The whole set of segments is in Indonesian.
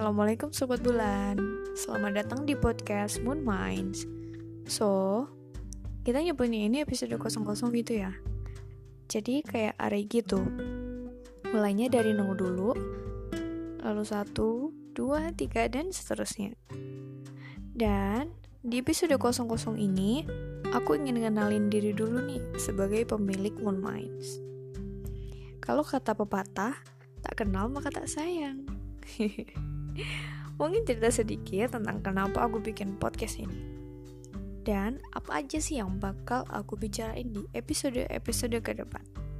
Assalamualaikum Sobat Bulan. Selamat datang di podcast Moon Minds. So, kita nyebutnya ini episode 00 gitu ya. Jadi kayak array gitu. Mulainya dari 0 dulu, lalu 1, 2, 3, dan seterusnya. Dan di episode 00 ini, aku ingin ngenalin diri dulu nih sebagai pemilik Moon Minds. Kalau kata pepatah, tak kenal maka tak sayang. Mungkin cerita sedikit tentang kenapa aku bikin podcast ini dan apa aja sih yang bakal aku bicarain di episode-episode ke depan.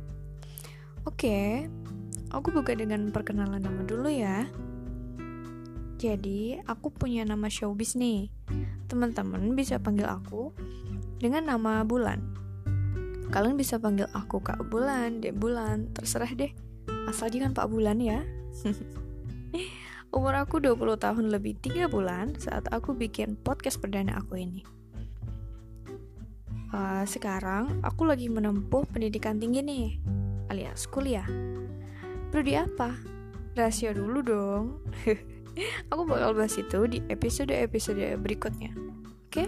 Oke, aku buka dengan perkenalan nama dulu ya. Jadi, aku punya nama showbiz nih. Teman-teman bisa panggil aku dengan nama Bulan. Kalian bisa panggil aku Kak Bulan, Dek Bulan, terserah deh. Asal jangan Pak Bulan ya. Umur aku 20 tahun lebih 3 bulan saat aku bikin podcast perdana aku ini. Sekarang aku lagi menempuh pendidikan tinggi nih, alias kuliah. Prodi apa? Rahasia dulu dong. Aku bakal bahas itu di episode-episode berikutnya. Oke?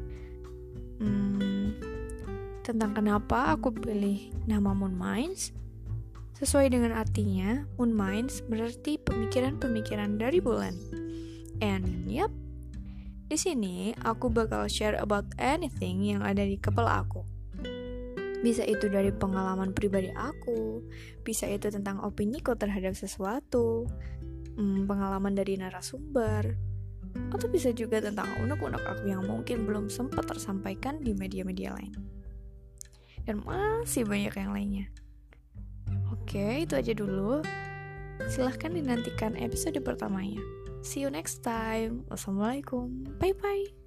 Tentang kenapa aku pilih nama Moon Minds. Sesuai dengan artinya, Moon Minds berarti pemikiran-pemikiran dari bulan. And yep, di sini aku bakal share about anything yang ada di kepala aku. Bisa itu dari pengalaman pribadi aku, bisa itu tentang opiniku terhadap sesuatu, pengalaman dari narasumber, atau bisa juga tentang unek-unek aku yang mungkin belum sempat tersampaikan di media-media lain. Dan masih banyak yang lainnya. Oke, itu aja dulu. Silahkan dinantikan episode pertamanya. See you next time. Wassalamualaikum. Bye-bye.